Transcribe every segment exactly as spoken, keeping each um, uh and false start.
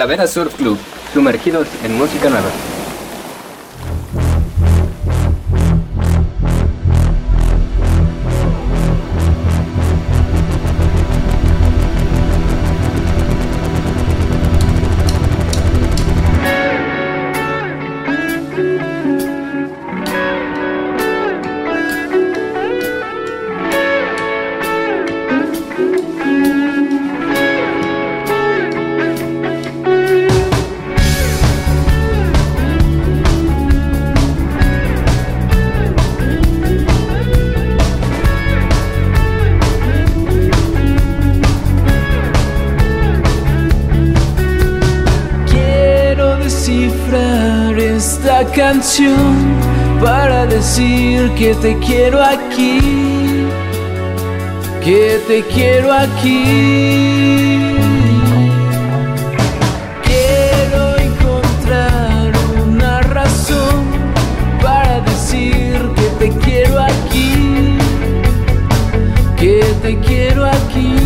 Calavera Surf Club, sumergidos en música nueva. Canción para decir que te quiero aquí, que te quiero aquí. Quiero encontrar una razón para decir que te quiero aquí, que te quiero aquí.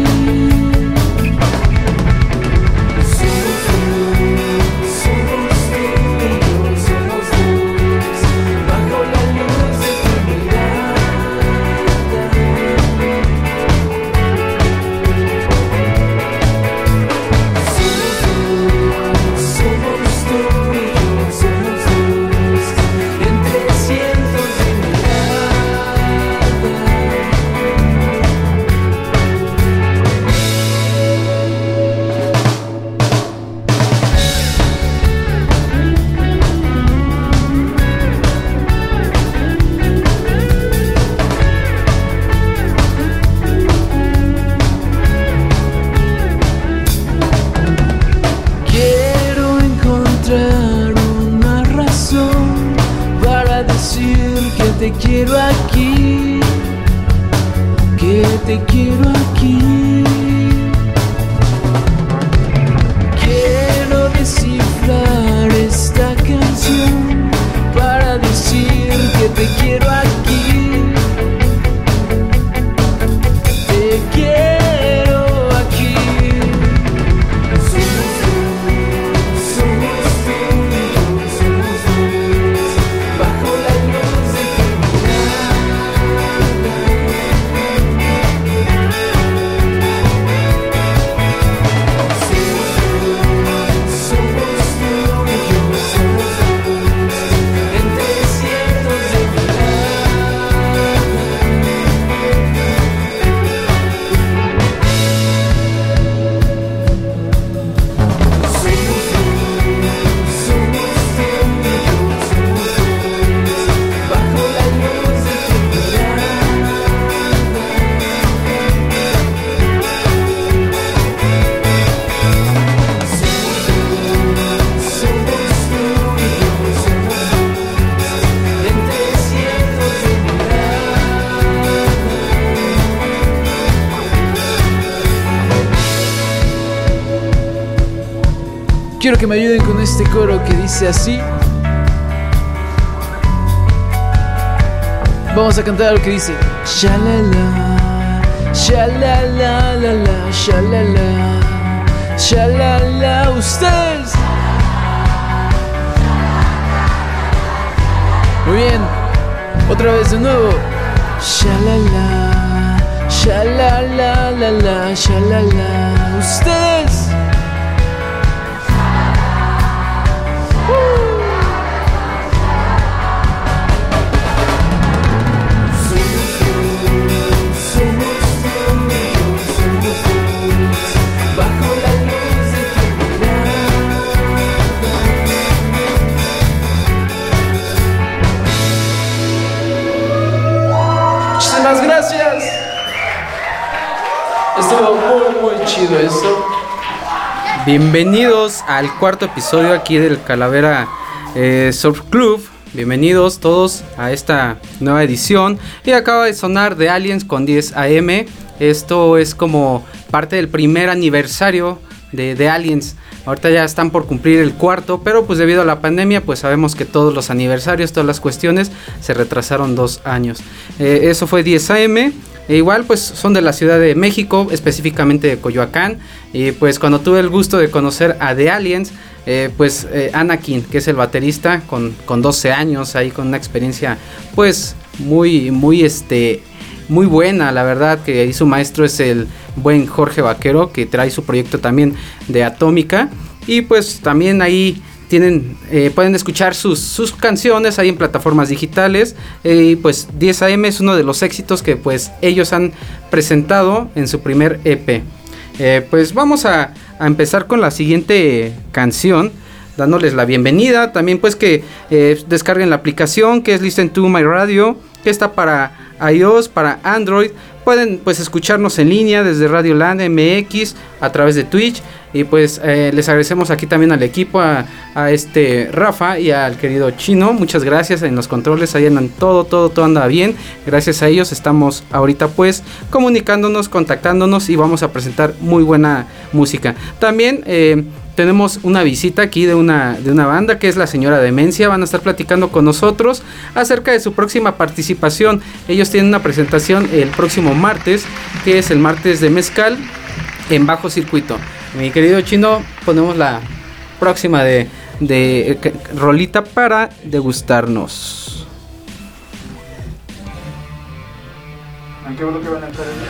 Te quiero aquí, que te quiero aquí. Quiero descifrar esta canción para decir que te quiero aquí, te quiero aquí. Somos dos, somos dos, somos dos, bajo la luz de quiero que me ayuden con este coro que dice así. Vamos a cantar lo que dice Shalala, shalala, la la, shalala, shalala. Ustedes. Muy bien. Otra vez de nuevo. Shalala, shalala, la la, shalala. Ustedes. Muchísimas gracias. Estuvo muy muy chido esto. Bienvenidos al cuarto episodio aquí del Calavera eh, Surf Club. Bienvenidos todos a esta nueva edición. Y acaba de sonar The Aliens con diez A M. Esto es como parte del primer aniversario de The Aliens. Ahorita ya están por cumplir el cuarto, pero pues debido a la pandemia pues sabemos que todos los aniversarios, todas las cuestiones se retrasaron dos años. Eh, eso fue diez A M. E igual pues son de la Ciudad de México, específicamente de Coyoacán. Y pues cuando tuve el gusto de conocer a The Aliens, eh, pues eh, Anakin, que es el baterista, con, con doce años, ahí con una experiencia pues muy, muy este... muy buena, la verdad, que ahí su maestro es el buen Jorge Vaquero, que trae su proyecto también de Atómica. Y pues también ahí tienen, eh, pueden escuchar sus, sus canciones ahí en plataformas digitales. Eh, y pues diez A M es uno de los éxitos que pues ellos han presentado en su primer E P. Eh, pues vamos a, a empezar con la siguiente canción, dándoles la bienvenida. También pues que eh, descarguen la aplicación que es Listen to My Radio, que está para iOS, para Android. Pueden pues escucharnos en línea desde Radio Land M X a través de Twitch. Y pues eh, les agradecemos aquí también al equipo, a, a este Rafa y al querido Chino. Muchas gracias en los controles, ahí andan todo, todo, todo anda bien. Gracias a ellos estamos ahorita pues comunicándonos, contactándonos y vamos a presentar muy buena música. También eh, tenemos una visita aquí de una, de una banda que es la Señora Demencia. Van a estar platicando con nosotros acerca de su próxima participación. Ellos tienen una presentación el próximo martes, que es el martes de Mezcal en Bajo Circuito. Mi querido Chino, ponemos la próxima de, de, de rolita para degustarnos. ¿En qué bloque van a entrar ellos?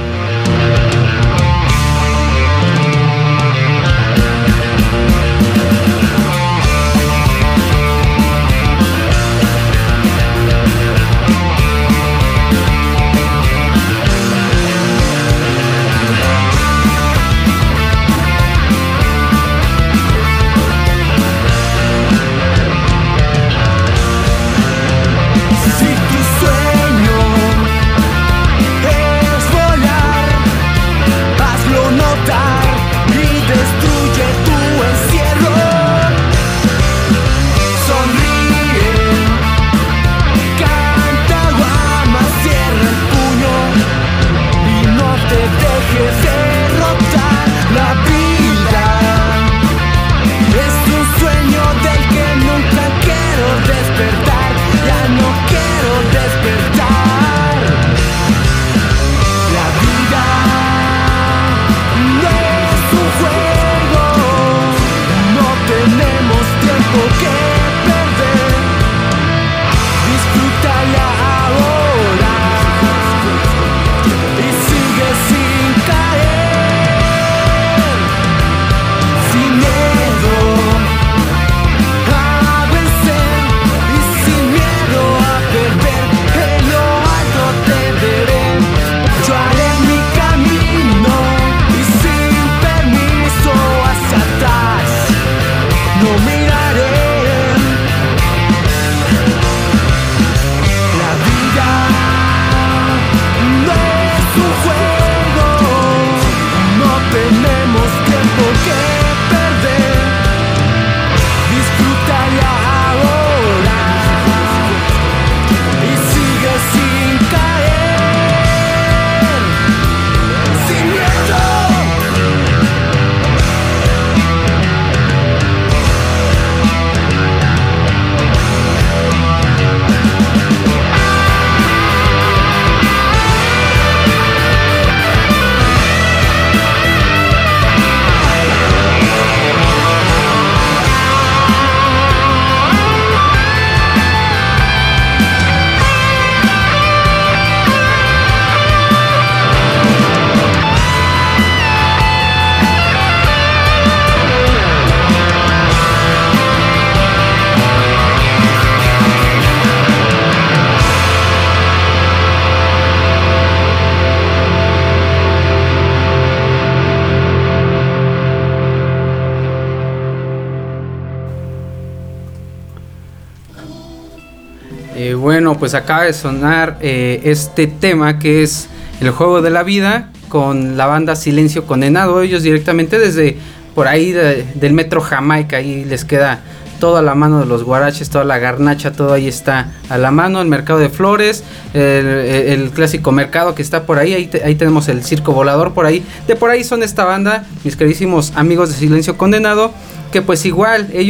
Eh, bueno, pues acaba de sonar eh, este tema que es El Juego de la Vida con la banda Silencio Condenado. Ellos directamente desde por ahí de, del metro Jamaica, ahí les queda toda la mano de los guaraches, toda la garnacha, todo ahí está a la mano. El mercado de flores, el, el, el clásico mercado que está por ahí, ahí, te, ahí tenemos el circo volador por ahí. De por ahí son esta banda, mis queridísimos amigos de Silencio Condenado, que pues igual ellos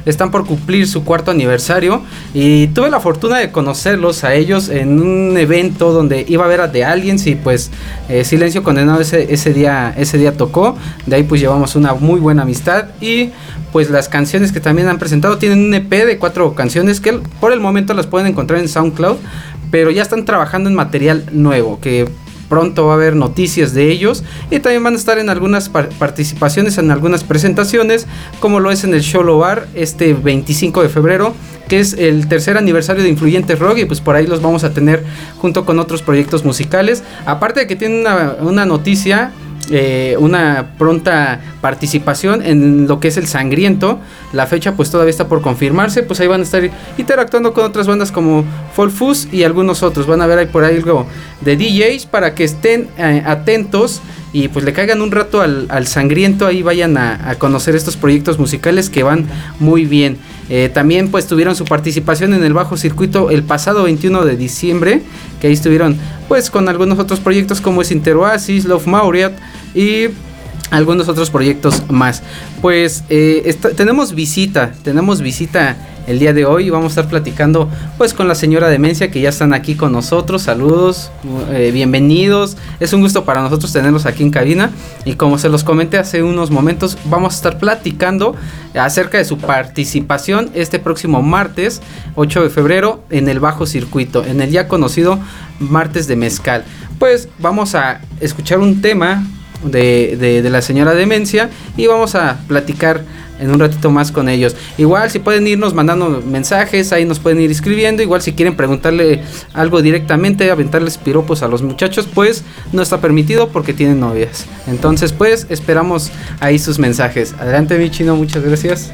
están por cumplir su cuarto aniversario y tuve la fortuna de conocerlos a ellos en un evento donde iba a ver a The Aliens y pues eh, Silencio Condenado ese, ese día ese día tocó. De ahí pues llevamos una muy buena amistad y pues las canciones que también han presentado tienen un E P de cuatro canciones que por el momento las pueden encontrar en SoundCloud, pero ya están trabajando en material nuevo que pronto va a haber noticias de ellos y también van a estar en algunas par- participaciones en algunas presentaciones, como lo es en el Xolo Bar este veinticinco de febrero, que es el tercer aniversario de Influyentes Rock, y pues por ahí los vamos a tener junto con otros proyectos musicales, aparte de que tienen una, una noticia. Eh, una pronta participación en lo que es el Sangriento. La fecha pues todavía está por confirmarse. Pues ahí van a estar interactuando con otras bandas como Fall Fuzz y algunos otros. Van a ver ahí por ahí algo de D Js para que estén eh, atentos y pues le caigan un rato al, al Sangriento. Ahí vayan a, a conocer estos proyectos musicales que van muy bien. Eh, también pues tuvieron su participación en el Bajo Circuito el pasado veintiuno de diciembre, que ahí estuvieron pues con algunos otros proyectos como es Interoasis, Love Mauriat y algunos otros proyectos más. Pues eh, está, tenemos visita, tenemos visita el día de hoy y vamos a estar platicando pues con la señora Demencia, que ya están aquí con nosotros. Saludos, eh, bienvenidos, es un gusto para nosotros tenerlos aquí en cabina y como se los comenté hace unos momentos, vamos a estar platicando acerca de su participación este próximo martes ocho de febrero en el Bajo Circuito, en el ya conocido Martes de Mezcal. Pues vamos a escuchar un tema de, de, de la señora Demencia y vamos a platicar en un ratito más con ellos. Igual si pueden irnos mandando mensajes, ahí nos pueden ir escribiendo. Igual si quieren preguntarle algo directamente, aventarles piropos a los muchachos, pues no está permitido porque tienen novias. Entonces pues esperamos ahí sus mensajes. Adelante mi chino, muchas gracias.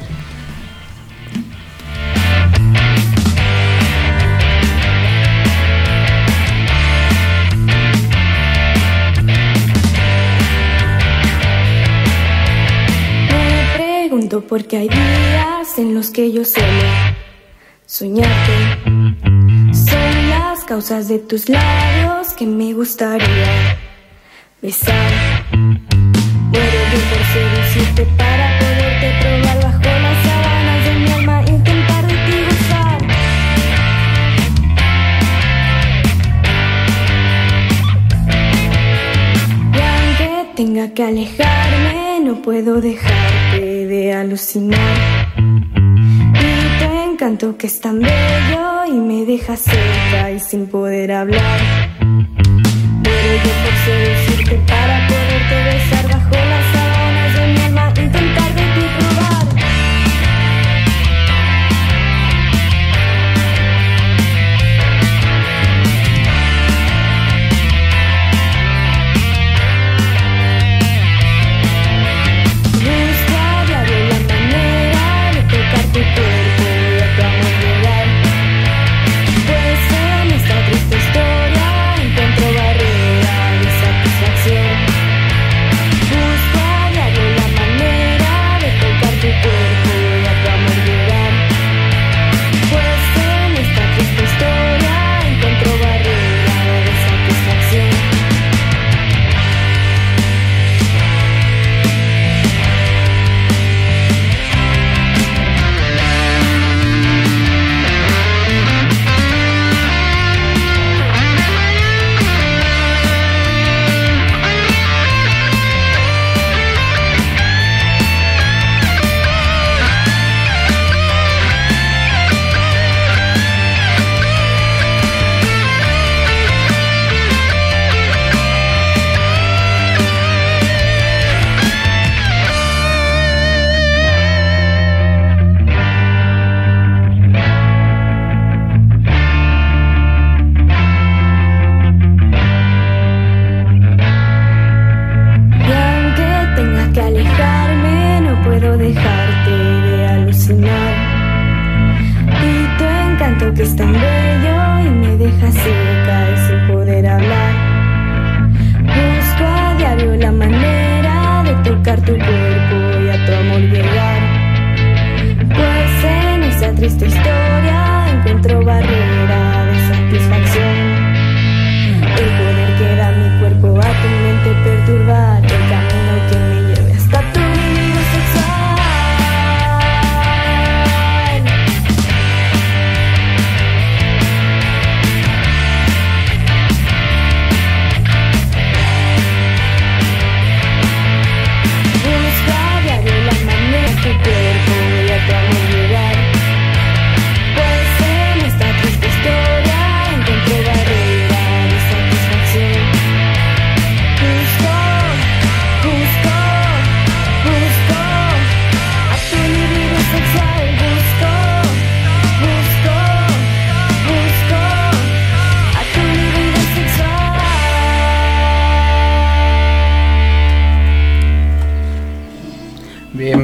Porque hay días en los que yo suelo soñarte. Son las causas de tus labios que me gustaría besar. Muero yo por seducirte para poderte probar bajo las sábanas de mi alma, intentar de ti gozar. Y aunque tenga que alejarme, no puedo dejarte de alucinar. Y tu encanto que es tan bello y me deja seca y sin poder hablar. Muero yo por seducirte para poderte besar bajo las sábanas de mi alma, intentar de ti probar. Tu cuerpo y a tu amor llegar, pues en esta triste historia encuentro barrera de satisfacción.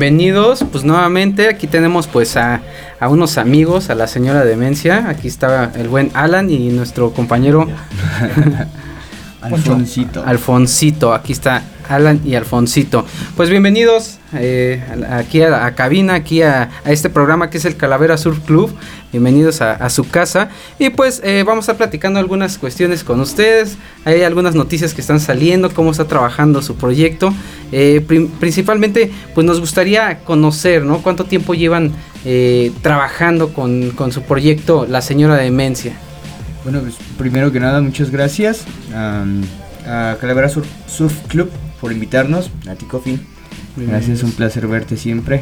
bienvenidos, pues nuevamente aquí tenemos pues a, a unos amigos, a la señora Demencia. Aquí está el buen Alan y nuestro compañero Alfonsito. Alfonsito, aquí está Alan y Alfonsito. Pues bienvenidos eh, aquí a la a cabina, aquí a, a este programa que es el Calavera Surf Club. Bienvenidos a, a su casa. Y pues eh, vamos a estar platicando algunas cuestiones con ustedes. Hay algunas noticias que están saliendo, cómo está trabajando su proyecto. Eh, prim- principalmente, pues nos gustaría conocer, ¿no? ¿Cuánto tiempo llevan eh, trabajando con, con su proyecto La Señora Demencia? Bueno, pues primero que nada, muchas gracias um, a Calavera Surf, Surf Club por invitarnos, a ti, Coffin. Gracias, un placer verte siempre.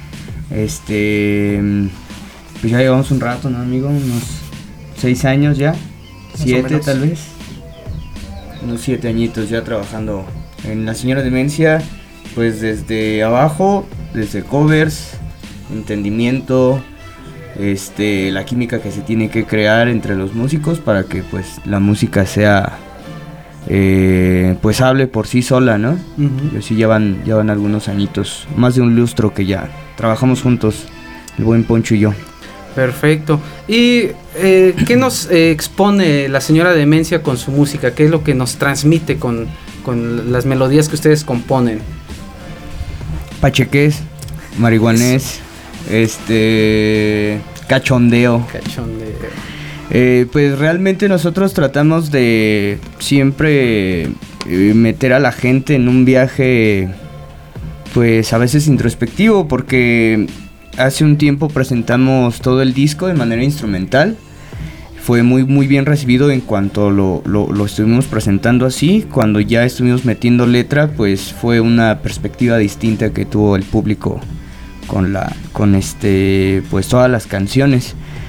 Este, pues ya llevamos un rato, ¿no, amigo? Unos seis años ya, siete tal vez. Unos siete añitos ya trabajando en La Señora Demencia, pues desde abajo, desde covers, entendimiento, este, la química que se tiene que crear entre los músicos para que pues la música sea eh, pues hable por sí sola, ¿no? Uh-huh. Y así llevan, llevan algunos añitos, más de un lustro que ya trabajamos juntos, el buen Poncho y yo. Perfecto. ¿Y eh, qué nos eh, expone La Señora Demencia con su música? ¿Qué es lo que nos transmite con, con las melodías que ustedes componen? Pachequés, marihuanés, este, cachondeo. Cachondeo. Eh, pues realmente nosotros tratamos de siempre eh, meter a la gente en un viaje, pues a veces introspectivo, porque hace un tiempo presentamos todo el disco de manera instrumental. Fue muy muy bien recibido en cuanto lo, lo, lo estuvimos presentando así. Cuando ya estuvimos metiendo letra, pues fue una perspectiva distinta que tuvo el público con la con este pues todas las canciones.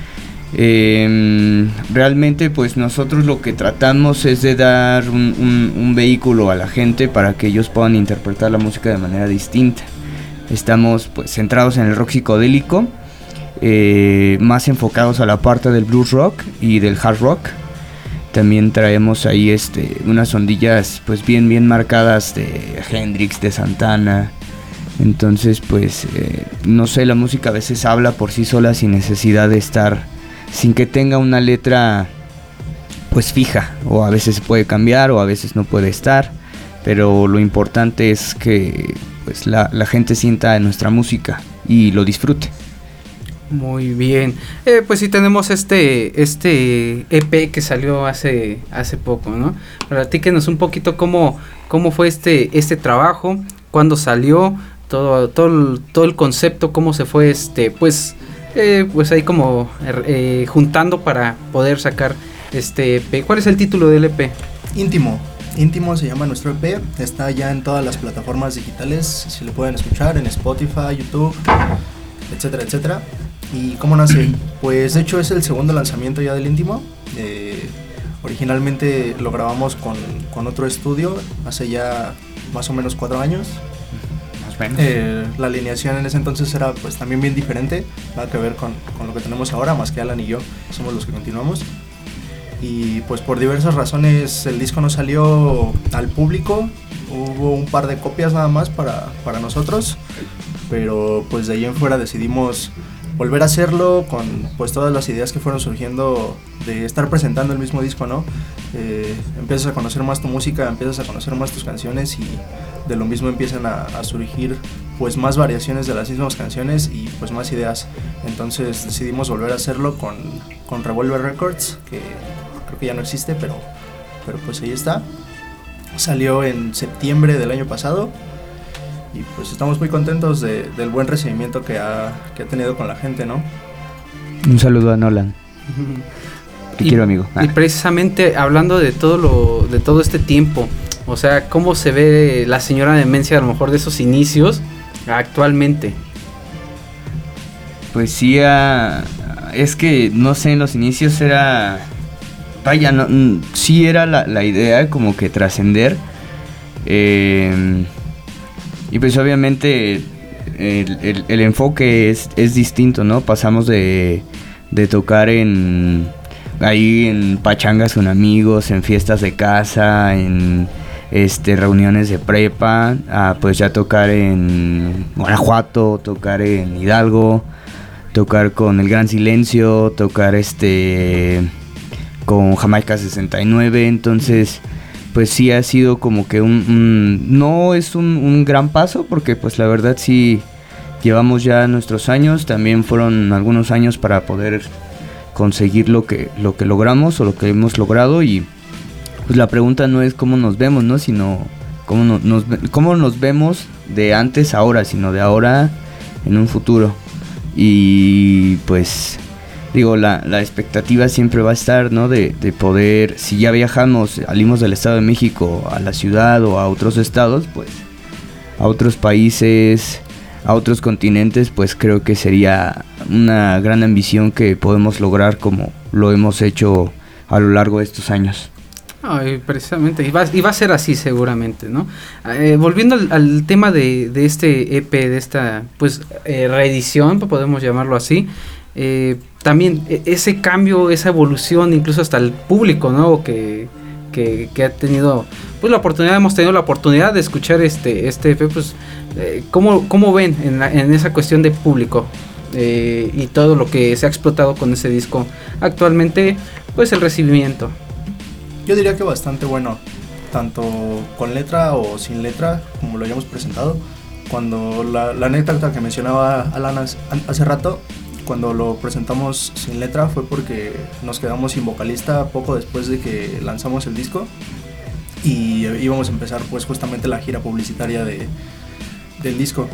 Eh, realmente pues nosotros lo que tratamos es de dar un, un, un vehículo a la gente para que ellos puedan interpretar la música de manera distinta. Estamos pues centrados en el rock psicodélico, eh, más enfocados a la parte del blues rock y del hard rock. También traemos ahí este unas ondillas pues bien bien marcadas de Hendrix, de Santana. Entonces pues eh, no sé, la música a veces habla por sí sola sin necesidad de estar, sin que tenga una letra pues fija, o a veces puede cambiar o a veces no puede estar, pero lo importante es que pues la, la gente sienta nuestra música y lo disfrute. Muy bien. Eh, pues sí tenemos este este E P que salió hace hace poco, ¿no? Platíquenos un poquito cómo cómo fue este este trabajo, cuándo salió, todo todo el, todo el concepto, cómo se fue este pues eh, pues ahí como eh, juntando para poder sacar este E P. ¿Cuál es el título del E P? Íntimo. Íntimo se llama nuestro E P, está ya en todas las plataformas digitales, si lo pueden escuchar, en Spotify, YouTube, etcétera, etcétera. ¿Y cómo nace? Pues de hecho es el segundo lanzamiento ya del Íntimo. Eh, originalmente lo grabamos con, con otro estudio hace ya más o menos cuatro años. Más o menos. Eh, la alineación en ese entonces era pues también bien diferente, nada que ver con, con lo que tenemos ahora, más que Alan y yo somos los que continuamos. Y pues por diversas razones el disco no salió al público, hubo un par de copias nada más para, para nosotros, pero pues de ahí en fuera decidimos volver a hacerlo con pues todas las ideas que fueron surgiendo de estar presentando el mismo disco, ¿no? Eh, empiezas a conocer más tu música, empiezas a conocer más tus canciones y de lo mismo empiezan a, a surgir pues más variaciones de las mismas canciones y pues más ideas. Entonces decidimos volver a hacerlo con, con Revolver Records, que creo que ya no existe, pero, pero pues ahí está. Salió en septiembre del año pasado y pues estamos muy contentos de, del buen recibimiento que ha, que ha tenido con la gente, ¿no? Un saludo a Nolan. Te y, quiero, amigo. Ah. Y precisamente hablando de todo lo de todo este tiempo, o sea, ¿cómo se ve La Señora Demencia a lo mejor de esos inicios actualmente? Pues sí, uh, es que no sé, en los inicios era, vaya, no, mm, sí era la, la idea como que trascender, eh, y pues obviamente el, el, el enfoque es, es distinto, ¿no? Pasamos de, de tocar en ahí en pachangas con amigos, en fiestas de casa, en este, reuniones de prepa, a pues ya tocar en Guanajuato, tocar en Hidalgo, tocar con El Gran Silencio, tocar este con Jamaica sesenta y nueve, entonces pues sí ha sido como que un, un no es un, un gran paso, porque pues la verdad sí llevamos ya nuestros años, también fueron algunos años para poder conseguir lo que lo que logramos o lo que hemos logrado, y pues la pregunta no es cómo nos vemos, ¿no? Sino cómo no, nos cómo nos vemos de antes a ahora, sino de ahora en un futuro. Y pues digo, la, la expectativa siempre va a estar, ¿no? De, de poder, si ya viajamos, salimos del Estado de México a la ciudad o a otros estados, pues a otros países, a otros continentes, pues creo que sería una gran ambición que podemos lograr como lo hemos hecho a lo largo de estos años. Ay, precisamente, y va, y va a ser así seguramente, ¿no? Eh, volviendo al, al tema de, de este E P, de esta pues eh, reedición, podemos llamarlo así, eh, también ese cambio, esa evolución, incluso hasta el público, ¿no? Que, que, que ha tenido pues la oportunidad, hemos tenido la oportunidad de escuchar este, este E P, pues, eh, ¿cómo, ¿cómo ven en, la, en esa cuestión de público? Eh, y todo lo que se ha explotado con ese disco actualmente, pues el recibimiento. Yo diría que bastante bueno, tanto con letra o sin letra, como lo hayamos presentado. Cuando la, la anécdota que mencionaba Alan hace rato, cuando lo presentamos sin letra fue porque nos quedamos sin vocalista poco después de que lanzamos el disco y íbamos a empezar pues justamente la gira publicitaria de, del disco.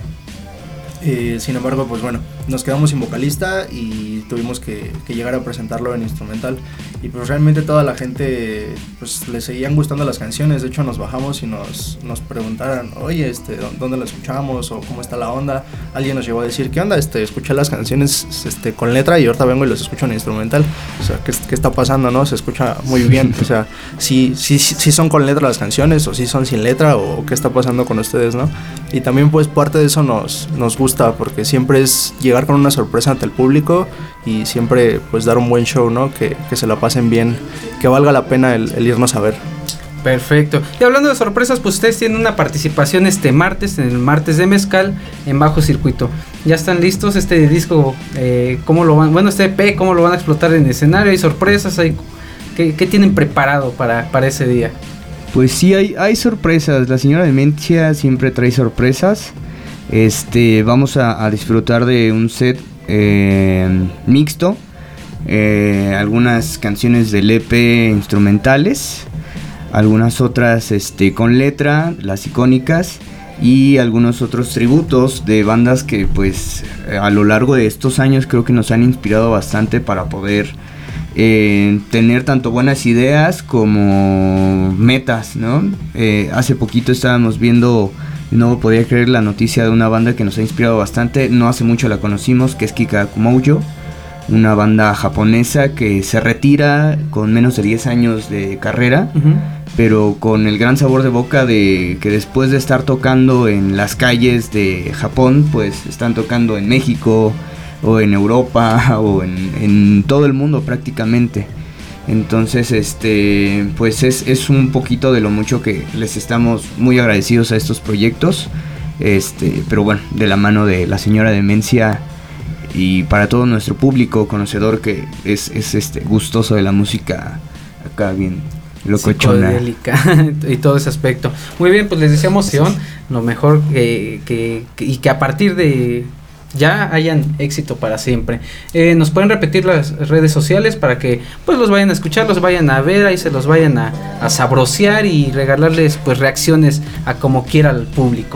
Eh, sin embargo, pues bueno, nos quedamos sin vocalista y tuvimos que, que llegar a presentarlo en instrumental. Y pues realmente toda la gente pues le seguían gustando las canciones. De hecho nos bajamos y nos, nos preguntaron, oye, este, ¿dónde la escuchamos? O ¿cómo está la onda? Alguien nos llegó a decir, ¿qué onda? Este, escuché las canciones este, con letra y ahorita vengo y las escucho en instrumental. O sea, ¿qué, qué está pasando, no? Se escucha muy bien. O sea, si sí, sí, sí son con letra las canciones o si sí son sin letra o qué está pasando con ustedes, ¿no? Y también pues parte de eso nos, nos gusta, porque siempre es llegar con una sorpresa ante el público y siempre pues dar un buen show, ¿no? Que, que se la pasen bien, que valga la pena el, el irnos a ver. Perfecto. Y hablando de sorpresas, pues ustedes tienen una participación este martes, en el martes de Mezcal, en Bajo Circuito. ¿Ya están listos este disco? Eh, ¿Cómo lo van? Bueno, este E P, ¿cómo lo van a explotar en escenario? ¿Hay sorpresas? ¿Hay, qué, ¿Qué tienen preparado para, para ese día? Pues sí, hay, hay sorpresas. La señora Demencia siempre trae sorpresas. Este, vamos a, a disfrutar de un set eh, mixto. Eh, algunas canciones del E P instrumentales, algunas otras este, con letra, las icónicas, y algunos otros tributos de bandas que pues a lo largo de estos años creo que nos han inspirado bastante para poder eh, tener tanto buenas ideas como metas, ¿no? Eh, hace poquito estábamos viendo, no podía creer la noticia de una banda que nos ha inspirado bastante, no hace mucho la conocimos, que es Kikaku Moujo, una banda japonesa que se retira con menos de diez años de carrera, uh-huh. pero con el gran sabor de boca de que después de estar tocando en las calles de Japón, pues están tocando en México o en Europa o en, en todo el mundo prácticamente. Entonces, este, pues es, es un poquito de lo mucho que les estamos muy agradecidos a estos proyectos, este, pero bueno, de la mano de la señora Demencia y para todo nuestro público conocedor que es, es este gustoso de la música acá bien locochona y todo ese aspecto. Muy bien, pues les deseamos lo mejor que, que, que y que a partir de ya hayan éxito para siempre. Eh, nos pueden repetir las redes sociales para que pues los vayan a escuchar, los vayan a ver, ahí se los vayan a, a sabrosear y regalarles pues reacciones a como quiera al público.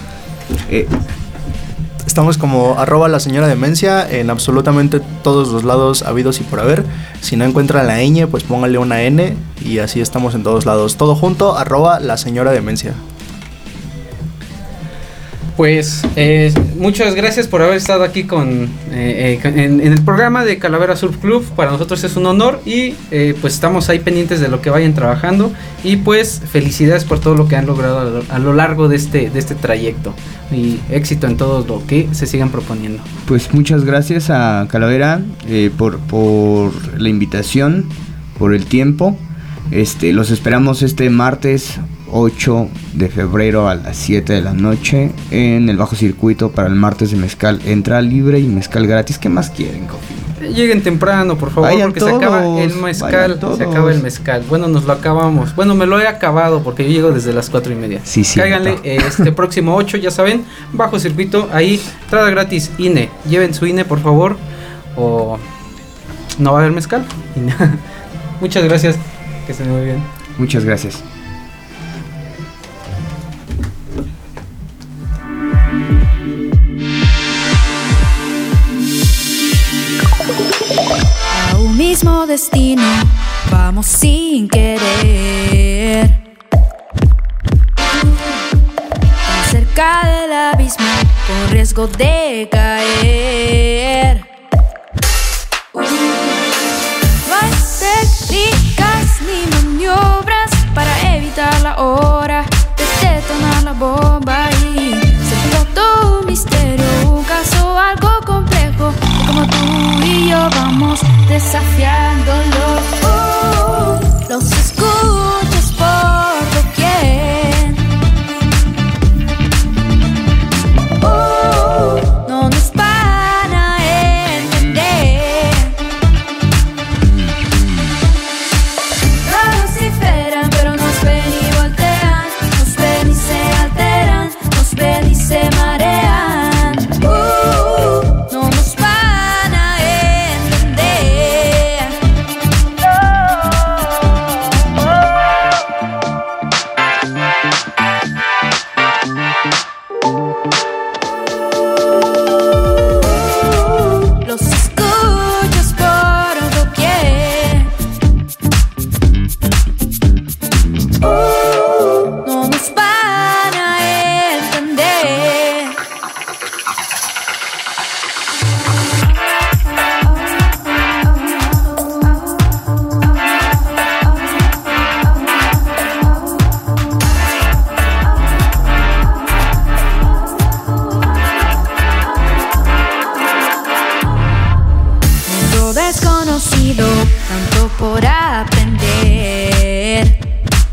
Eh, Estamos como arroba la señora Demencia en absolutamente todos los lados habidos y por haber. Si no encuentra la ñ, pues póngale una N y así estamos en todos lados. Todo junto, arroba la señora Demencia. Pues eh, muchas gracias por haber estado aquí con eh, eh, en, en el programa de Calavera Surf Club. Para nosotros es un honor y eh, pues estamos ahí pendientes de lo que vayan trabajando y pues felicidades por todo lo que han logrado a lo, a lo largo de este de este trayecto y éxito en todo lo que se sigan proponiendo. Pues muchas gracias a Calavera eh, por, por la invitación, por el tiempo. Este, los esperamos este martes ocho de febrero a las siete de la noche en el Bajo Circuito para el martes de mezcal. Entrada libre y mezcal gratis. ¿Qué más quieren, Coffee? Lleguen temprano, por favor, Vayan porque todos, se acaba el mezcal. vayan Se acaba el mezcal. Bueno, nos lo acabamos. Bueno, me lo he acabado porque yo llego desde las cuatro y media. Sí, sí. Cáiganle eh, este próximo ocho, ya saben, Bajo Circuito, ahí, entrada gratis, I N E. Lleven su I N E, por favor, o no va a haber mezcal. Muchas gracias, que estén muy bien. Muchas gracias. A un mismo destino vamos sin querer, tan cerca del abismo con riesgo de caer. No hay técnicas ni maniobras para evitar la hora de detonar la bomba y se explotó un misterio, un caso algo complejo. Y como tú y yo vamos desafiándolo, uh, los escuchas por doquier. Uh, no nos van a entender. No vociferan, pero nos ven y voltean, nos ven y se alteran, nos ven y se marean. Uh, no nos van a entender. Uh, los escuchas por doquier. Uh, no nos van a entender. Mundo desconocido, tanto por aprender.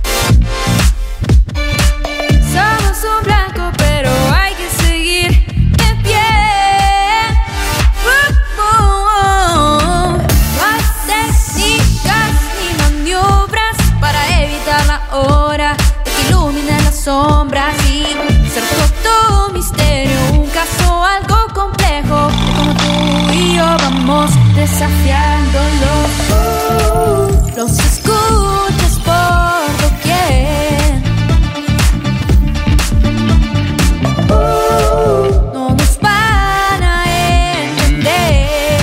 Somos un blanco, pero hay que seguir de pie. Uh, uh, uh. No hay técnicas ni maniobras para evitar la hora de que iluminen las sombras y se resolvió un misterio, un caso algo complejo. Y como tú y yo vamos desafiándolo, uh, los escuchas por doquier. Uh, no nos van a entender.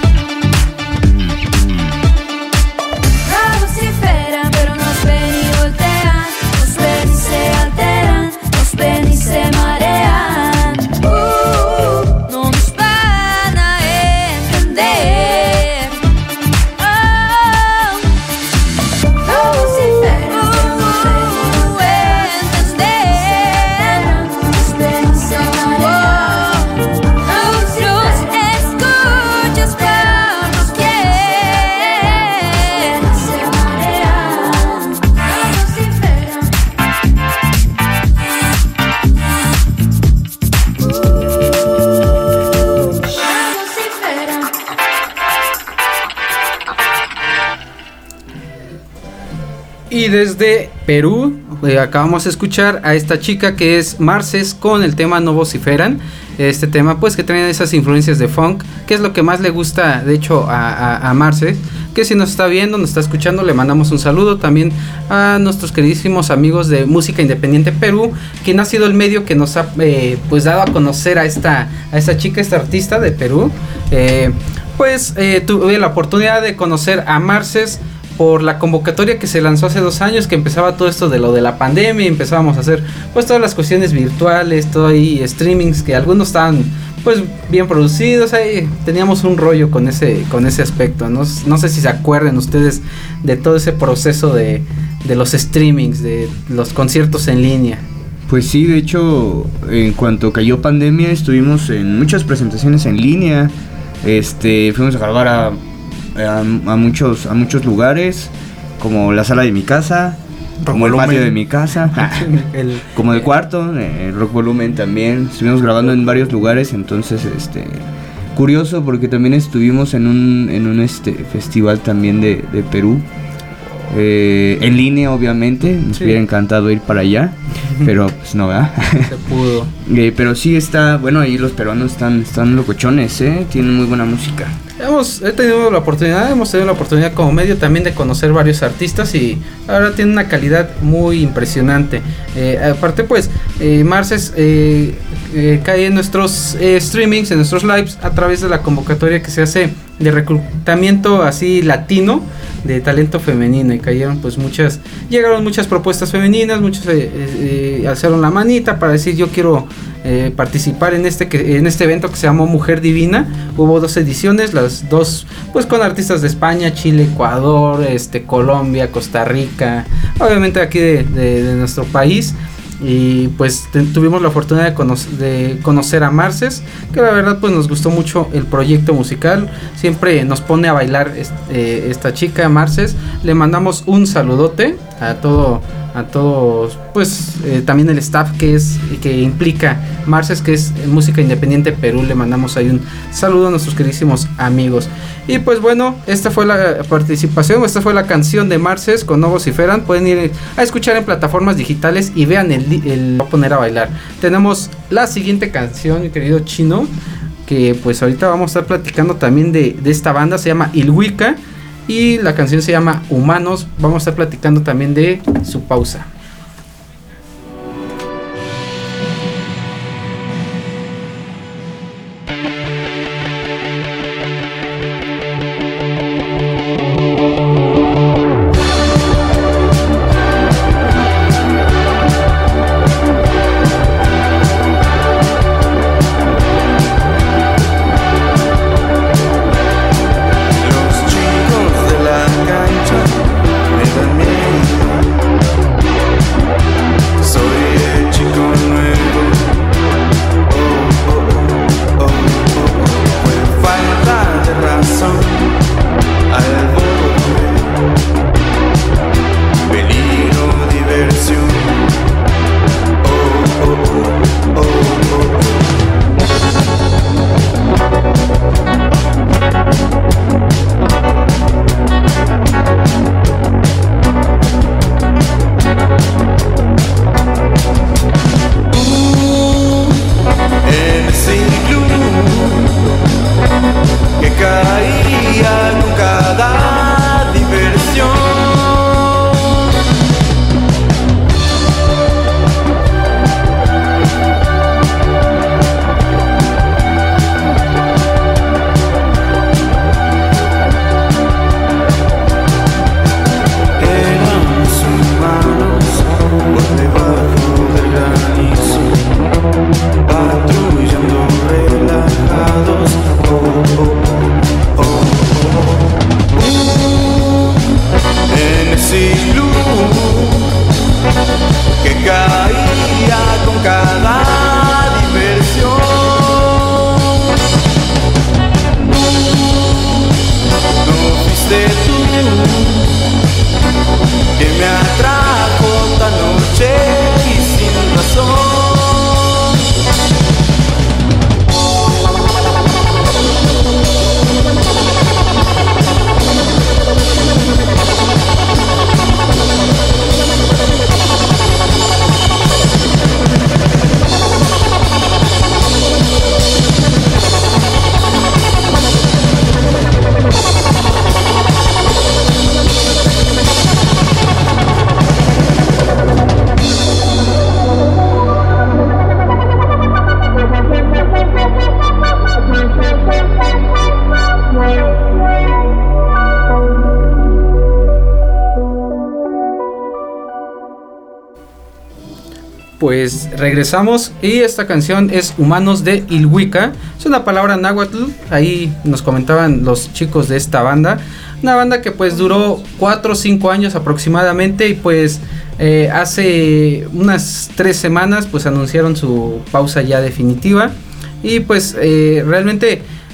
No vociferan, pero nos ven y voltean, nos ven y se alteran, nos ven y se marean. Uh, no nos van a entender. Oh, no vociferan, pero nos ven y voltean, nos ven y se marean. Los escuchas por doquier. Se marean, no vociferan. No vociferan. Y desde Perú eh, acabamos de escuchar a esta chica que es Marces con el tema No Vociferan. Este tema pues que trae esas influencias de funk, que es lo que más le gusta de hecho a, a, a Marces, que si nos está viendo, nos está escuchando, le mandamos un saludo también a nuestros queridísimos amigos de Música Independiente Perú, quien ha sido el medio que nos ha eh, pues dado a conocer a esta, a esta chica, esta artista de Perú. Eh, pues eh, tuve la oportunidad de conocer a Marces por la convocatoria que se lanzó hace dos años, que empezaba todo esto de lo de la pandemia, y empezábamos a hacer pues todas las cuestiones virtuales, todo ahí streamings que algunos estaban pues bien producidos, ahí teníamos un rollo con ese con ese aspecto. No, no sé si se acuerdan ustedes de todo ese proceso de, de los streamings, de los conciertos en línea. Pues sí, de hecho, en cuanto cayó pandemia estuvimos en muchas presentaciones en línea. Este, fuimos a grabar a, a, a muchos a muchos lugares, como la sala de mi casa, como el Volumen. patio de mi casa, El- como el cuarto, eh, el Rock Volumen también. Estuvimos grabando en varios lugares, entonces este curioso porque también estuvimos en un en un este festival también de, de Perú. Eh, en línea obviamente, nos Sí. hubiera encantado ir para allá, pero pues no, ¿verdad? se pudo. Eh, pero sí está, bueno, ahí los peruanos están, están locochones, ¿eh? Tienen muy buena música. Hemos he tenido la oportunidad, hemos tenido la oportunidad como medio también de conocer varios artistas y ahora tiene una calidad muy impresionante. Eh, aparte pues, eh, Marces eh, eh, cae en nuestros eh, streamings, en nuestros lives a través de la convocatoria que se hace de reclutamiento así latino de talento femenino y cayeron pues muchas, llegaron muchas propuestas femeninas, muchos eh, eh, alzaron la manita para decir yo quiero eh, participar en este que en este evento que se llamó Mujer Divina. Hubo dos ediciones, las dos pues con artistas de España, Chile, Ecuador, este Colombia, Costa Rica, obviamente aquí de, de, de nuestro país. Y pues te, tuvimos la fortuna de, cono de conocer a Marces, que la verdad pues nos gustó mucho el proyecto musical, siempre nos pone a bailar est eh, esta chica Marces. Le mandamos un saludote a todo a todos pues eh, también el staff que es que implica Marces, que es Música Independiente Perú. Le mandamos ahí un saludo a nuestros queridísimos amigos. Y pues bueno, esta fue la participación, esta fue la canción de Marces con No Vociferan. Pueden ir a escuchar en plataformas digitales y vean el, el voy a poner a bailar. Tenemos la siguiente canción, mi querido Chino, que pues ahorita vamos a estar platicando también de, de esta banda, se llama Ilhuica y la canción se llama Humanos. Vamos a estar platicando también de su pausa. Los chicos de la cancha me dan miedo. Soy el chico nuevo. Oh, oh, oh, oh, oh. Fue falta de razón al borde. Peligro, diversión. Oh, oh, oh, oh, oh, oh. En ese iglú que caía con cada diversión. Éramos humanos por debajo del granizo, patrullando relajados. Oh, oh, oh, oh, oh. En ese iglú que caía con cada diversión. No fuiste tú que me atrajo esta noche y sin razón. Pues regresamos y esta canción es Humanos de Ilhuica. Es una palabra náhuatl. Ahí nos comentaban los chicos de esta banda. Una banda que pues duró cuatro o cinco años aproximadamente. Y pues eh, hace unas tres semanas pues anunciaron su pausa ya definitiva. Y pues eh, realmente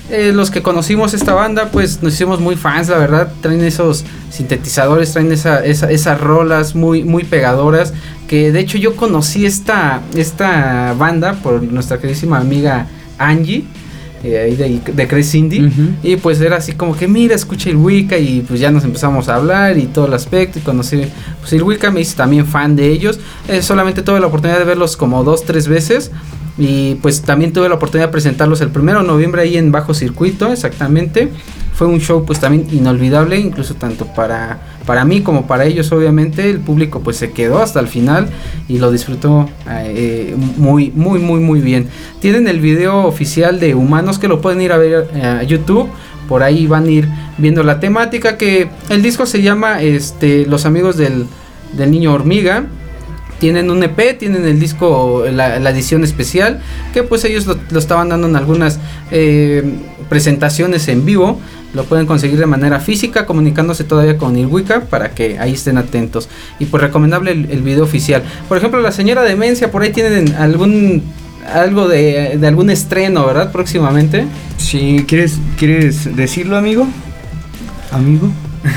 eh, los que conocimos esta banda, pues nos hicimos muy fans, la verdad. Traen esos sintetizadores, traen esa, esa, esas rolas muy, muy pegadoras. Que de hecho yo conocí esta, esta banda por nuestra queridísima amiga Angie. Eh, ahí de, de Crazy Indie. Uh-huh. Y pues era así como que mira, escucha el Wicca. Y pues ya nos empezamos a hablar y todo el aspecto. Y conocí pues el Wicca, me hice también fan de ellos. eh, Solamente tuve la oportunidad de verlos como dos, tres veces. Y pues también tuve la oportunidad de presentarlos el primero de noviembre ahí en Bajo Circuito, exactamente. Fue un show pues también inolvidable, incluso tanto para, para mí como para ellos, obviamente. El público pues se quedó hasta el final y lo disfrutó eh, muy, muy, muy, muy bien. Tienen el video oficial de Humanos que lo pueden ir a ver eh, a YouTube. Por ahí van a ir viendo la temática, que el disco se llama este, Los Amigos del, del Niño Hormiga. Tienen un E P, tienen el disco, la, la edición especial, que pues ellos lo, lo estaban dando en algunas eh, presentaciones en vivo. Lo pueden conseguir de manera física, comunicándose todavía con el Wicca, para que ahí estén atentos. Y pues recomendable el, el video oficial. Por ejemplo, la señora Demencia, por ahí tienen algún algo de, de algún estreno, ¿verdad? Próximamente. Sí, ¿quieres, ¿quieres decirlo, amigo? Amigo.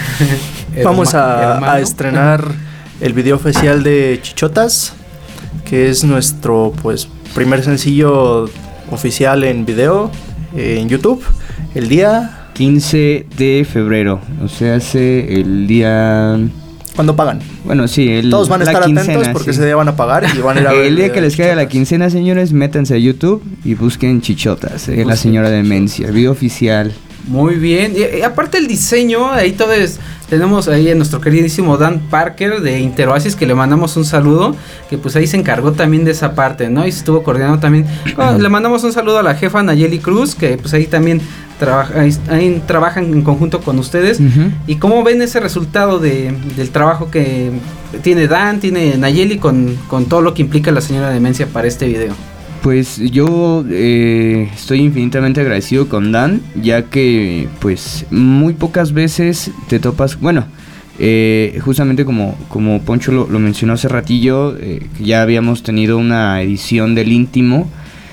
Vamos a, a estrenar el video oficial de Chichotas, que es nuestro pues primer sencillo oficial en video eh, en YouTube, el día quince de febrero, o sea, hace el día... ¿Cuándo pagan? Bueno, sí, el, todos van a estar quincena, atentos porque sí. ese día van a pagar y van a ir a ver el día que les caiga la quincena, señores, métanse a YouTube y busquen Chichotas, eh, la señora Demencia, video oficial. Muy bien, y, y aparte el diseño, ahí todo es, tenemos ahí a nuestro queridísimo Dan Parker de Interoasis, que le mandamos un saludo, que pues ahí se encargó también de esa parte, ¿no? Y estuvo coordinando también. Oh, le mandamos un saludo a la jefa Nayeli Cruz, que pues ahí también trabaja, ahí, ahí trabajan en conjunto con ustedes. Uh-huh. Y cómo ven ese resultado de, del trabajo que tiene Dan, tiene Nayeli con, con todo lo que implica la señora Demencia para este video. Pues yo eh, estoy infinitamente agradecido con Dan, ya que pues muy pocas veces te topas, bueno, eh, justamente como, como Poncho lo, lo mencionó hace ratillo, eh, que ya habíamos tenido una edición del íntimo,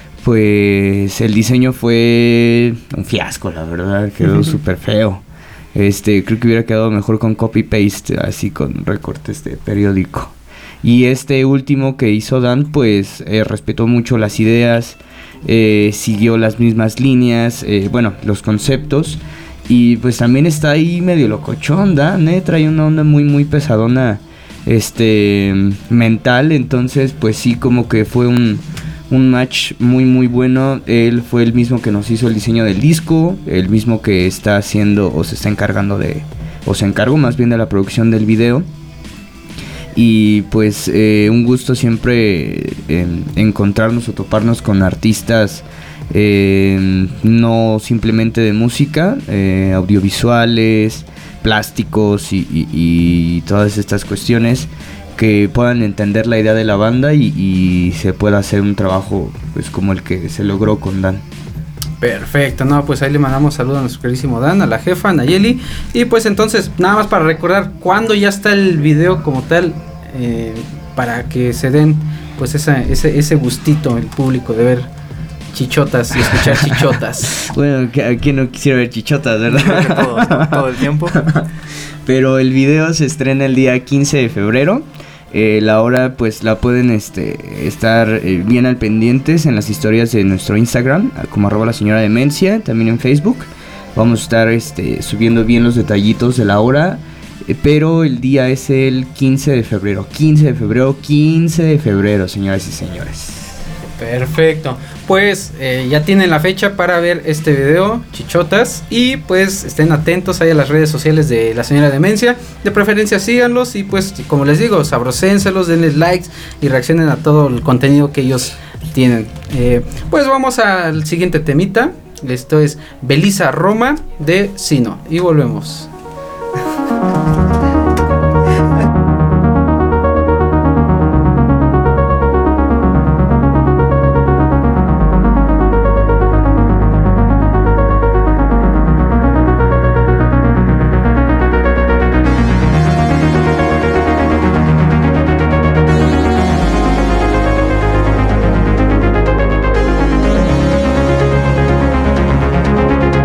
pues el diseño fue un fiasco, la verdad, quedó súper feo. Este, creo que hubiera quedado mejor con copy-paste, así con recortes de periódico. Y este último que hizo Dan, pues eh, respetó mucho las ideas, eh, siguió las mismas líneas, eh, bueno, los conceptos. Y pues también está ahí medio locochón, Dan, eh, trae una onda muy muy pesadona, este, mental. Entonces pues sí, como que fue un, un match muy muy bueno. Él fue el mismo que nos hizo el diseño del disco, el mismo que está haciendo o se está encargando de, o se encargó más bien de la producción del video. Y pues eh, un gusto siempre eh, encontrarnos o toparnos con artistas eh, no simplemente de música, eh, audiovisuales, plásticos y, y, y todas estas cuestiones, que puedan entender la idea de la banda y, y se pueda hacer un trabajo pues como el que se logró con Dan. Perfecto, no, pues ahí le mandamos saludos a nuestro queridísimo Dan, a la jefa Nayeli. Y pues entonces, nada más para recordar cuándo ya está el video como tal, eh, para que se den pues esa, ese, ese gustito el público de ver Chichotas y escuchar Chichotas. Bueno, ¿a quién no quisiera ver Chichotas, verdad? todo, todo el tiempo. Pero el video se estrena el día quince de febrero. Eh, la hora pues la pueden este, estar eh, bien al pendientes en las historias de nuestro Instagram, como arroba la señora Demencia, también en Facebook. Vamos a estar este, subiendo bien los detallitos de la hora, eh, pero el día es el quince de febrero, quince de febrero, quince de febrero, señoras y señores. Perfecto, pues eh, ya tienen la fecha para ver este video, Chichotas, y pues estén atentos ahí a las redes sociales de la señora Demencia, de preferencia síganlos y pues como les digo, sabrosénselos, denles likes y reaccionen a todo el contenido que ellos tienen. Eh, pues vamos al siguiente temita, esto es Belisa Roma de Sino y volvemos. Belisa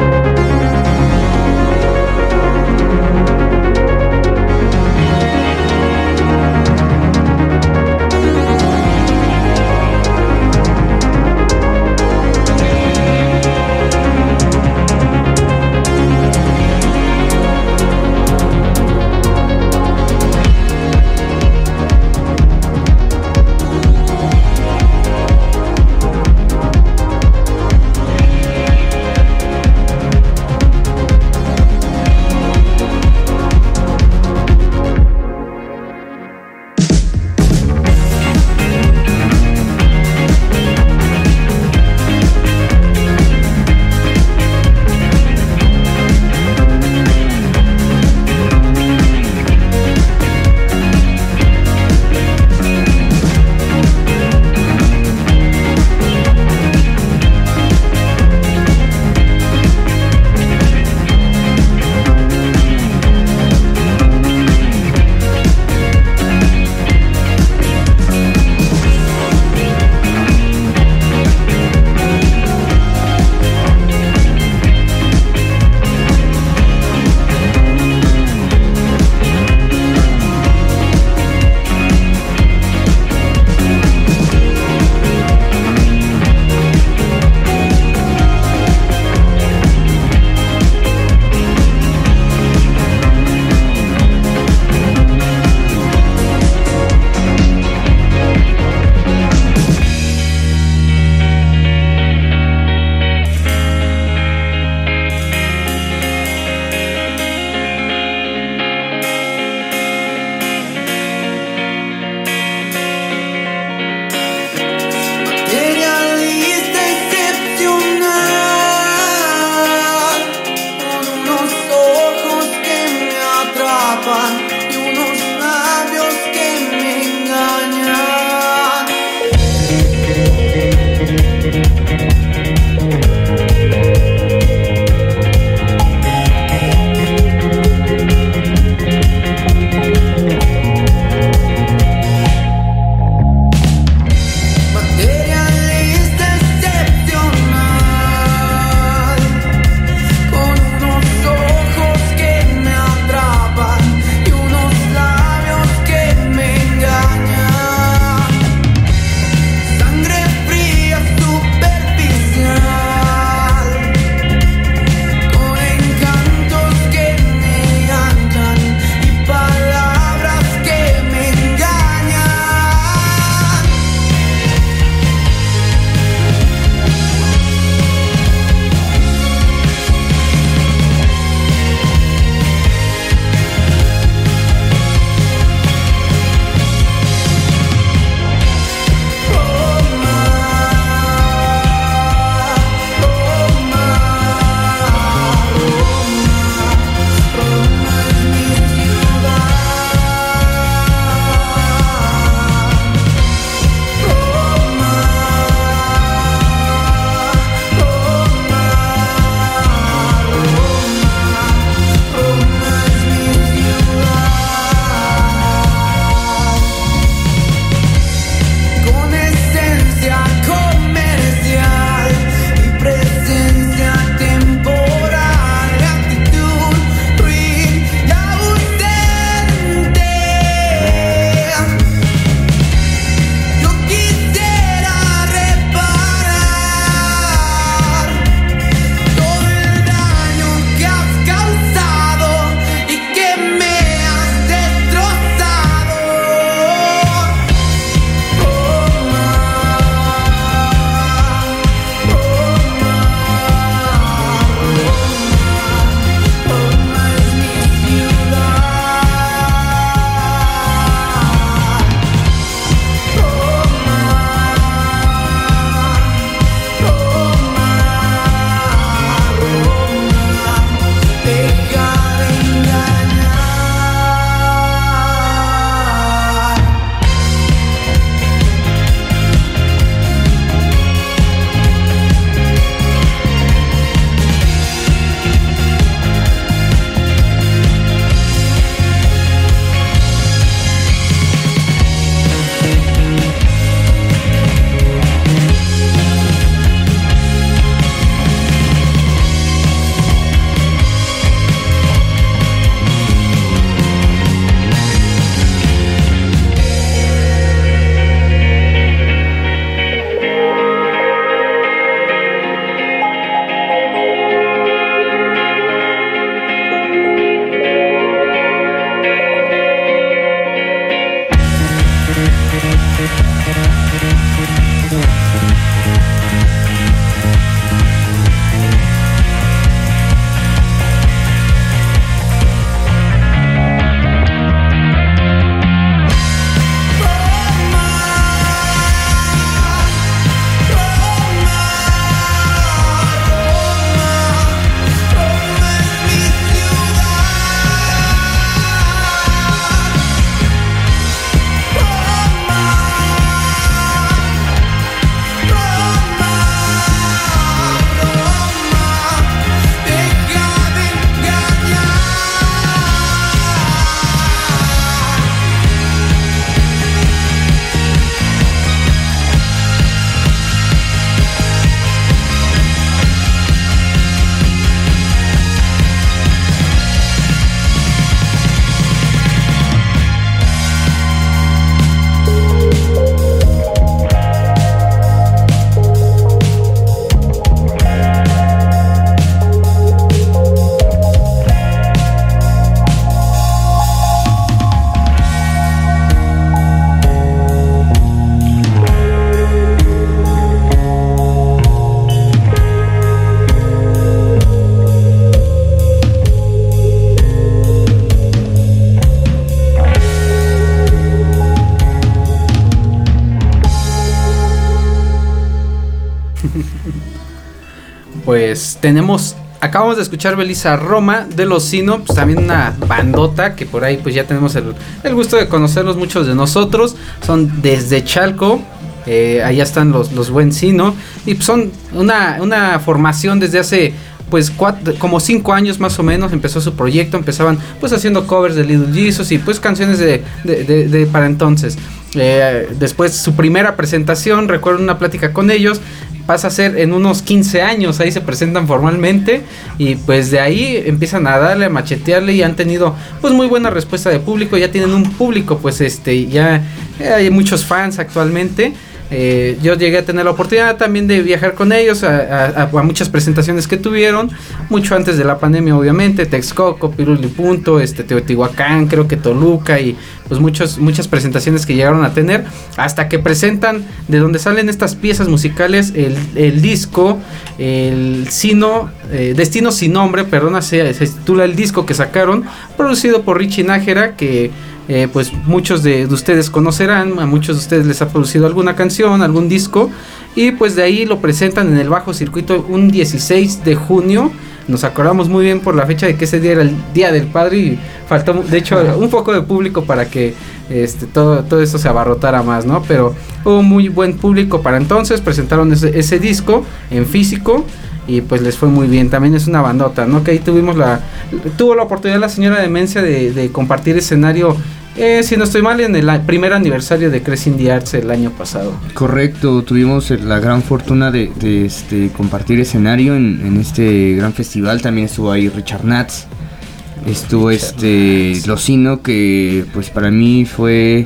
Pues tenemos, acabamos de escuchar Belisa Roma de Los Sino, pues también una bandota que por ahí pues ya tenemos el, el gusto de conocerlos muchos de nosotros. Son desde Chalco, eh, allá están los, los Buen Sino, y pues son una, una formación desde hace pues cuatro, como cinco años más o menos. Empezó su proyecto, empezaban pues haciendo covers de Little Jesus y pues canciones de, de, de, de para entonces. Eh, después su primera presentación, recuerdo una plática con ellos, pasa a ser en unos quince años, ahí se presentan formalmente y pues de ahí empiezan a darle, a machetearle y han tenido pues muy buena respuesta de público, ya tienen un público pues este, ya eh, hay muchos fans actualmente. Eh, yo llegué a tener la oportunidad también de viajar con ellos a, a, a muchas presentaciones que tuvieron, mucho antes de la pandemia obviamente, Texcoco, Pirul y Punto, este, Teotihuacán, creo que Toluca y pues muchos, muchas presentaciones que llegaron a tener, hasta que presentan de donde salen estas piezas musicales, el, el disco, el Sino, eh, Destino Sin Nombre, perdona, se, se titula el disco que sacaron, producido por Richie Nájera, que Eh, pues muchos de, de ustedes conocerán, a muchos de ustedes les ha producido alguna canción, algún disco, y pues de ahí lo presentan en el Bajo Circuito un dieciséis de junio. Nos acordamos muy bien por la fecha de que ese día era el Día del Padre y faltó de hecho un poco de público para que este, todo, todo esto se abarrotara más, ¿no? Pero hubo muy buen público para entonces, presentaron ese, ese disco en físico y pues les fue muy bien. También es una bandota, ¿no? Que ahí tuvimos la tuvo la oportunidad la señora Demencia de, de compartir escenario, eh, si no estoy mal, en el primer aniversario de Crescent the Arts el año pasado. Correcto, tuvimos la gran fortuna de, de este, compartir escenario en, en este gran festival. También estuvo ahí Richard Natz, estuvo este Los Sino, que pues para mí fue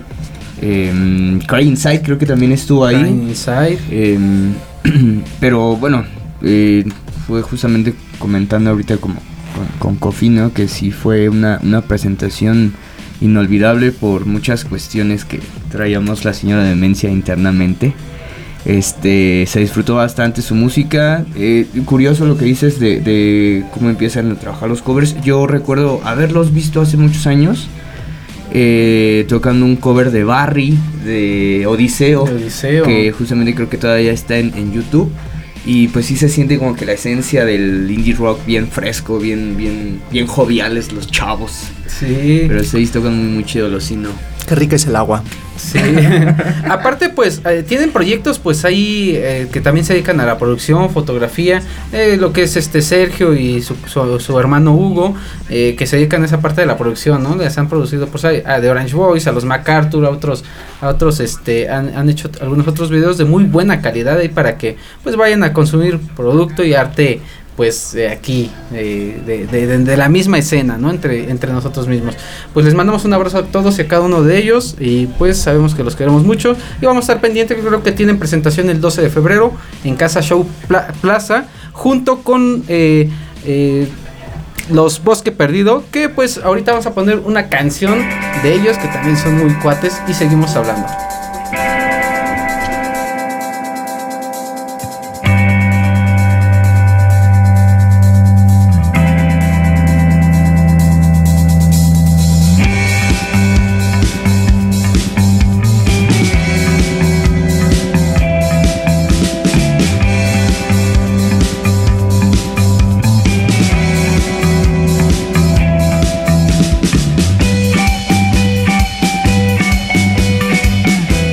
eh, Cry Inside, creo que también estuvo ahí. Cry Inside. Eh, pero bueno, eh, fue justamente comentando ahorita como con, con Kofi, ¿no? Que sí fue una, una presentación inolvidable por muchas cuestiones que traíamos la señora Demencia internamente. Este, se disfrutó bastante su música. Eh, curioso lo que dices de, de cómo empiezan a trabajar los covers. Yo recuerdo haberlos visto hace muchos años eh, tocando un cover de Barry, de Odiseo, Odiseo, que justamente creo que todavía está en, en YouTube. Y pues sí se siente como que la esencia del indie rock bien fresco, bien, bien, bien joviales los chavos. Sí. Pero se tocan muy, muy chido Los Sino. Qué rica es el agua. Sí. Aparte, pues, eh, tienen proyectos, pues, ahí eh, que también se dedican a la producción, fotografía, eh, lo que es este Sergio y su, su, su hermano Hugo, eh, que se dedican a esa parte de la producción, ¿no? Les han producido, pues, a, a The Orange Boys, a los MacArthur, a otros, a otros, este, han, han hecho algunos otros videos de muy buena calidad ahí para que, pues, vayan a consumir producto y arte, pues eh, aquí eh, de, de, de, de la misma escena, ¿no? Entre, entre nosotros mismos. Pues les mandamos un abrazo a todos y a cada uno de ellos y pues sabemos que los queremos mucho y vamos a estar pendientes. Creo que tienen presentación el doce de febrero en Casa Show Pla- Plaza junto con eh, eh, Los Bosque Perdido, que pues ahorita vamos a poner una canción de ellos que también son muy cuates y seguimos hablando. Thank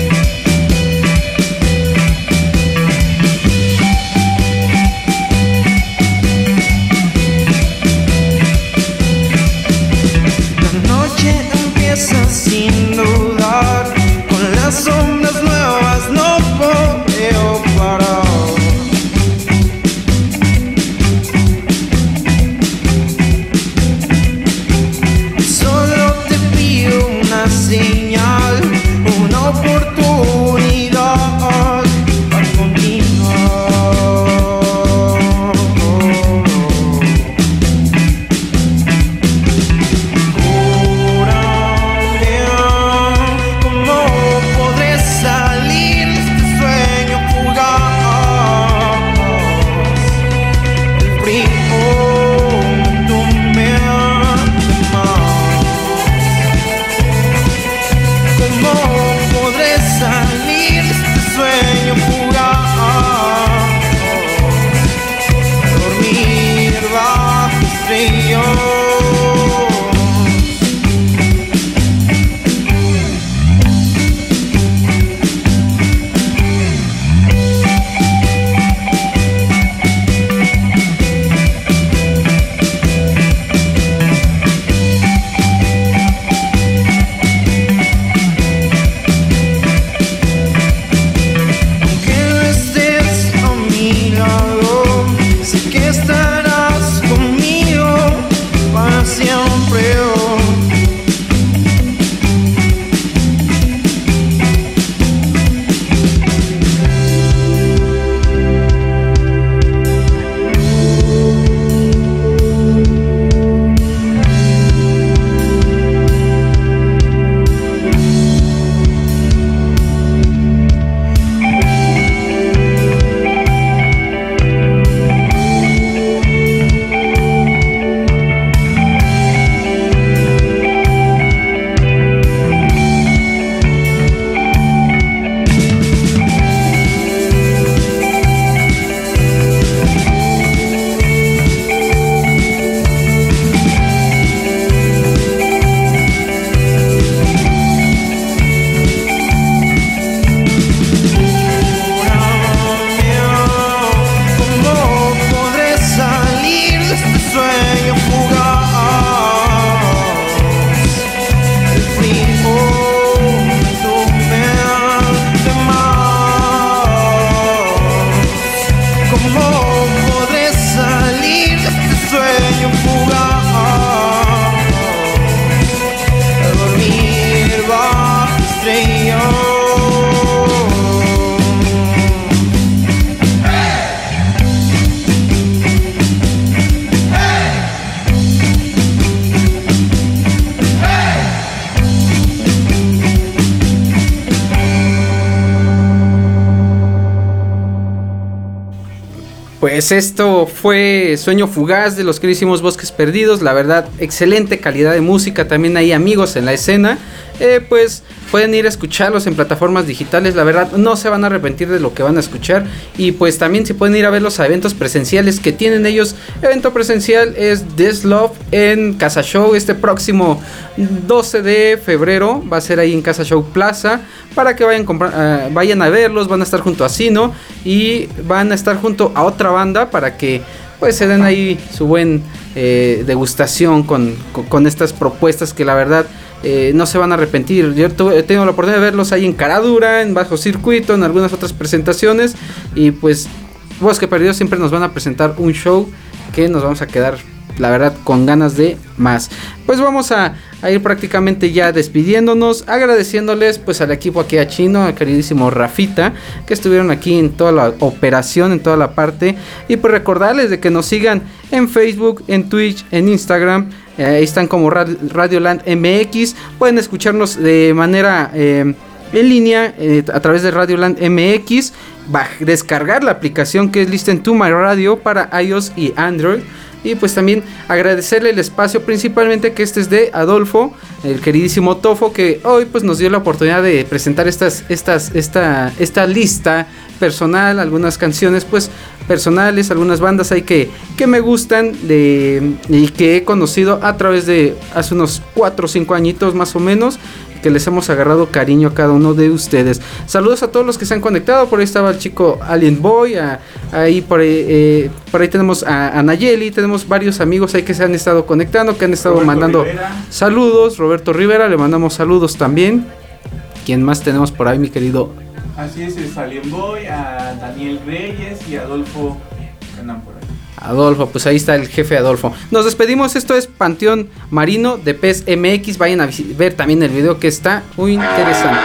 pues esto fue Sueño Fugaz de los queridísimos Bosques Perdidos. La verdad, excelente calidad de música. También hay amigos en la escena. Eh, pues pueden ir a escucharlos en plataformas digitales. La verdad, no se van a arrepentir de lo que van a escuchar. Y pues también se pueden ir a ver los eventos presenciales que tienen ellos. Evento presencial es This Love en Casa Show este próximo doce de febrero. Va a ser ahí en Casa Show Plaza. Para que vayan, comprar, uh, vayan a verlos. Van a estar junto a Sino. Y van a estar junto a otra banda para que pues se den ahí su buen eh, degustación con, con, con estas propuestas que la verdad eh, no se van a arrepentir. Yo tuve, he tenido la oportunidad de verlos ahí en Caradura, en Bajo Circuito, en algunas otras presentaciones y pues Bosque Perdido siempre nos van a presentar un show que nos vamos a quedar la verdad con ganas de más. Pues vamos a, a ir prácticamente ya despidiéndonos, agradeciéndoles pues al equipo aquí a Chino, al queridísimo Rafita, que estuvieron aquí en toda la operación, en toda la parte, y pues recordarles de que nos sigan en Facebook, en Twitch, en Instagram. Eh, ahí están como Radio, Radioland M X. Pueden escucharnos de manera eh, en línea eh, a través de Radioland M X. Va a descargar la aplicación que es Listen to My Radio para iOS y Android. Y pues también agradecerle el espacio, principalmente que este es de Adolfo, el queridísimo Tofo, que hoy pues nos dio la oportunidad de presentar estas, estas, esta, esta lista personal, algunas canciones pues personales, algunas bandas ahí que, que me gustan de, y que he conocido a través de hace unos cuatro o cinco añitos más o menos, que les hemos agarrado cariño a cada uno de ustedes. Saludos a todos los que se han conectado. Por ahí estaba el chico Alien Boy, a, ahí por ahí, eh, por ahí tenemos a, a Nayeli, tenemos varios amigos ahí que se han estado conectando, que han estado Roberto mandando Rivera. Saludos. Roberto Rivera, le mandamos saludos también. ¿Quién más tenemos por ahí, mi querido? Así es, es Alien Boy, a Daniel Reyes y a Adolfo que andan por ahí. Adolfo, pues ahí está el jefe Adolfo. Nos despedimos, esto es Panteón Marino de P E S M X. Vayan a ver también el video que está muy interesante.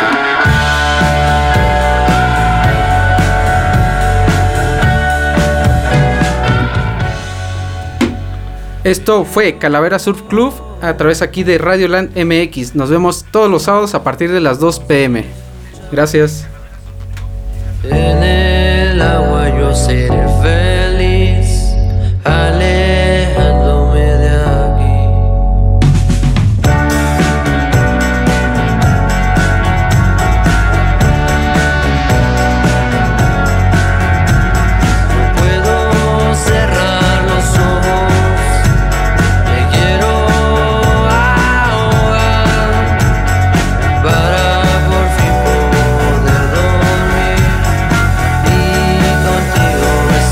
Esto fue Calavera Surf Club a través aquí de Radioland M X. Nos vemos todos los sábados a partir de las dos pm. Gracias. En el agua yo seré feliz, alejándome de aquí. No puedo cerrar los ojos, me quiero ahogar para por fin poder dormir y contigo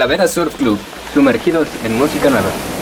Calavera Surf Club, sumergidos en música nueva.